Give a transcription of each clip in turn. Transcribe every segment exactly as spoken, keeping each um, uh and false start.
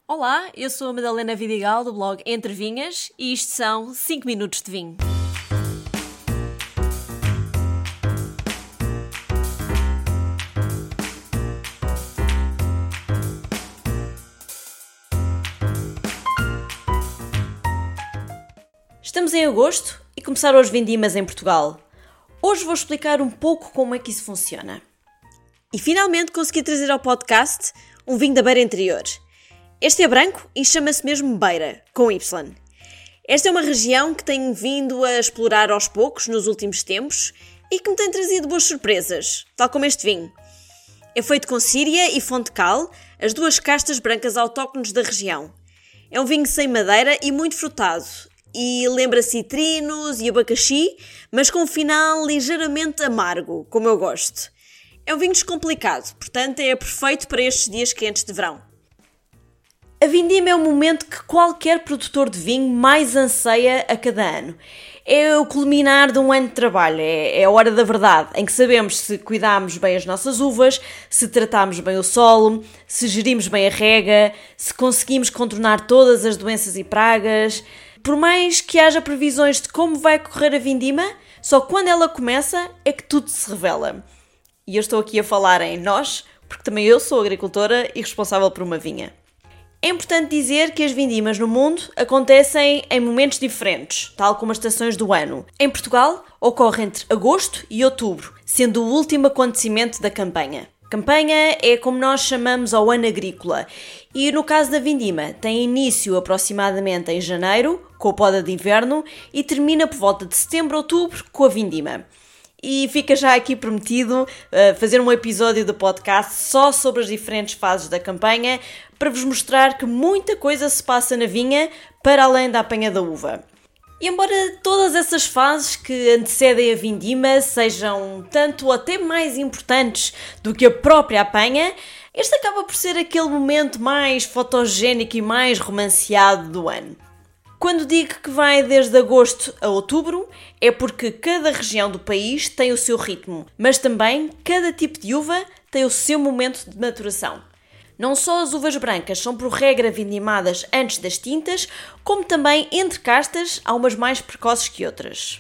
Olá, eu sou a Madalena Vidigal do blog Entre Vinhas e isto são cinco minutos de vinho. Estamos em agosto e começaram as vindimas em Portugal. Hoje vou explicar um pouco como é que isso funciona. E finalmente consegui trazer ao podcast um vinho da Beira Interior. Este é branco e chama-se mesmo Beira, com Y. Esta é uma região que tenho vindo a explorar aos poucos nos últimos tempos e que me tem trazido boas surpresas, tal como este vinho. É feito com Síria e Fontecal, as duas castas brancas autóctones da região. É um vinho sem madeira e muito frutado, e lembra citrinos e abacaxi, mas com um final ligeiramente amargo, como eu gosto. É um vinho descomplicado, portanto é perfeito para estes dias quentes de verão. A vindima é o momento que qualquer produtor de vinho mais anseia a cada ano. É o culminar de um ano de trabalho, é, é a hora da verdade, em que sabemos se cuidarmos bem as nossas uvas, se tratarmos bem o solo, se gerimos bem a rega, se conseguimos contornar todas as doenças e pragas. Por mais que haja previsões de como vai correr a vindima, só quando ela começa é que tudo se revela. E eu estou aqui a falar em nós, porque também eu sou agricultora e responsável por uma vinha. É importante dizer que as vindimas no mundo acontecem em momentos diferentes, tal como as estações do ano. Em Portugal, ocorre entre agosto e outubro, sendo o último acontecimento da campanha. Campanha é como nós chamamos ao ano agrícola e, no caso da vindima, tem início aproximadamente em janeiro, com a poda de inverno, e termina por volta de setembro, outubro, com a vindima. E fica já aqui prometido uh, fazer um episódio do podcast só sobre as diferentes fases da campanha, para vos mostrar que muita coisa se passa na vinha para além da apanha da uva. E embora todas essas fases que antecedem a vindima sejam tanto ou até mais importantes do que a própria apanha, este acaba por ser aquele momento mais fotogénico e mais romanceado do ano. Quando digo que vai desde agosto a outubro, é porque cada região do país tem o seu ritmo, mas também cada tipo de uva tem o seu momento de maturação. Não só as uvas brancas são por regra vindimadas antes das tintas, como também entre castas há umas mais precoces que outras.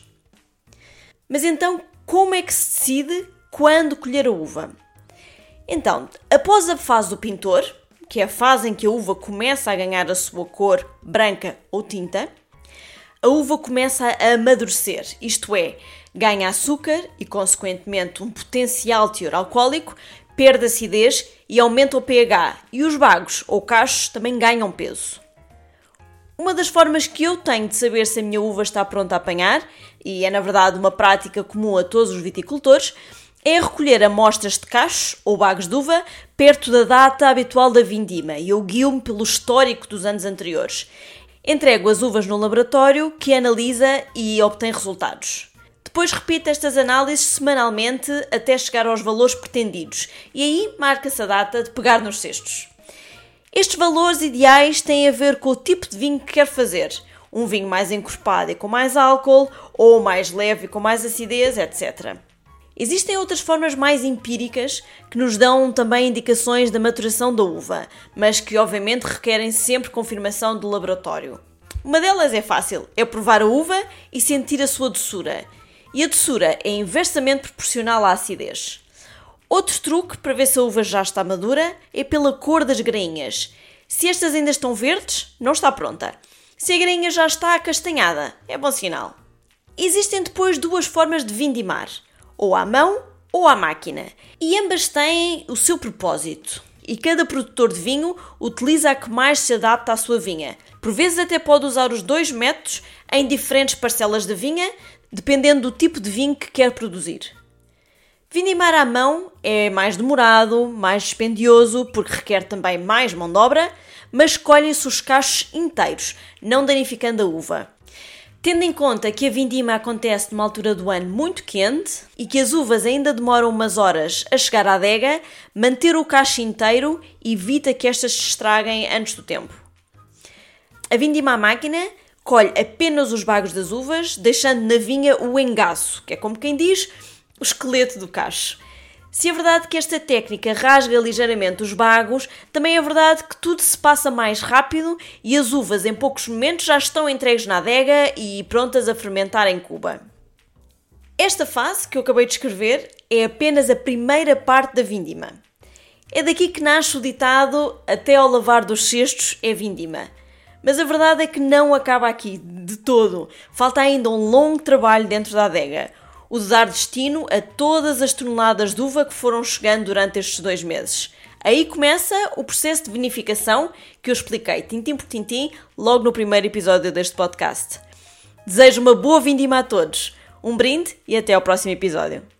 Mas então, como é que se decide quando colher a uva? Então, após a fase do pintor, que é a fase em que a uva começa a ganhar a sua cor branca ou tinta, a uva começa a amadurecer, isto é, ganha açúcar e, consequentemente, um potencial teor alcoólico, perde acidez e aumenta o pH, e os bagos ou cachos também ganham peso. Uma das formas que eu tenho de saber se a minha uva está pronta a apanhar, e é na verdade uma prática comum a todos os viticultores, é recolher amostras de cachos ou bagos de uva perto da data habitual da vindima, e eu guio-me pelo histórico dos anos anteriores. Entrego as uvas no laboratório, que analisa e obtém resultados. Depois repito estas análises semanalmente até chegar aos valores pretendidos, e aí marca-se a data de pegar nos cestos. Estes valores ideais têm a ver com o tipo de vinho que quer fazer. Um vinho mais encorpado e com mais álcool, ou mais leve e com mais acidez, etcétera. Existem outras formas mais empíricas que nos dão também indicações da maturação da uva, mas que obviamente requerem sempre confirmação do laboratório. Uma delas é fácil, é provar a uva e sentir a sua doçura. E a doçura é inversamente proporcional à acidez. Outro truque para ver se a uva já está madura é pela cor das grainhas. Se estas ainda estão verdes, não está pronta. Se a grainha já está acastanhada, é bom sinal. Existem depois duas formas de vindimar, ou à mão ou à máquina, e ambas têm o seu propósito. E cada produtor de vinho utiliza a que mais se adapta à sua vinha. Por vezes até pode usar os dois métodos em diferentes parcelas da vinha, dependendo do tipo de vinho que quer produzir. Vindimar à mão é mais demorado, mais dispendioso, porque requer também mais mão de obra, mas escolhem-se os cachos inteiros, não danificando a uva. Tendo em conta que a vindima acontece numa altura do ano muito quente e que as uvas ainda demoram umas horas a chegar à adega, manter o cacho inteiro evita que estas se estraguem antes do tempo. A vindima à máquina colhe apenas os bagos das uvas, deixando na vinha o engaço, que é como quem diz, o esqueleto do cacho. Se é verdade que esta técnica rasga ligeiramente os bagos, também é verdade que tudo se passa mais rápido e as uvas em poucos momentos já estão entregues na adega e prontas a fermentar em cuba. Esta fase que eu acabei de escrever é apenas a primeira parte da vindima. É daqui que nasce o ditado até ao lavar dos cestos é vindima. Mas a verdade é que não acaba aqui, de todo. Falta ainda um longo trabalho dentro da adega. O de dar destino a todas as toneladas de uva que foram chegando durante estes dois meses. Aí começa o processo de vinificação que eu expliquei tintim por tintim logo no primeiro episódio deste podcast. Desejo uma boa vindima a todos. Um brinde e até ao próximo episódio.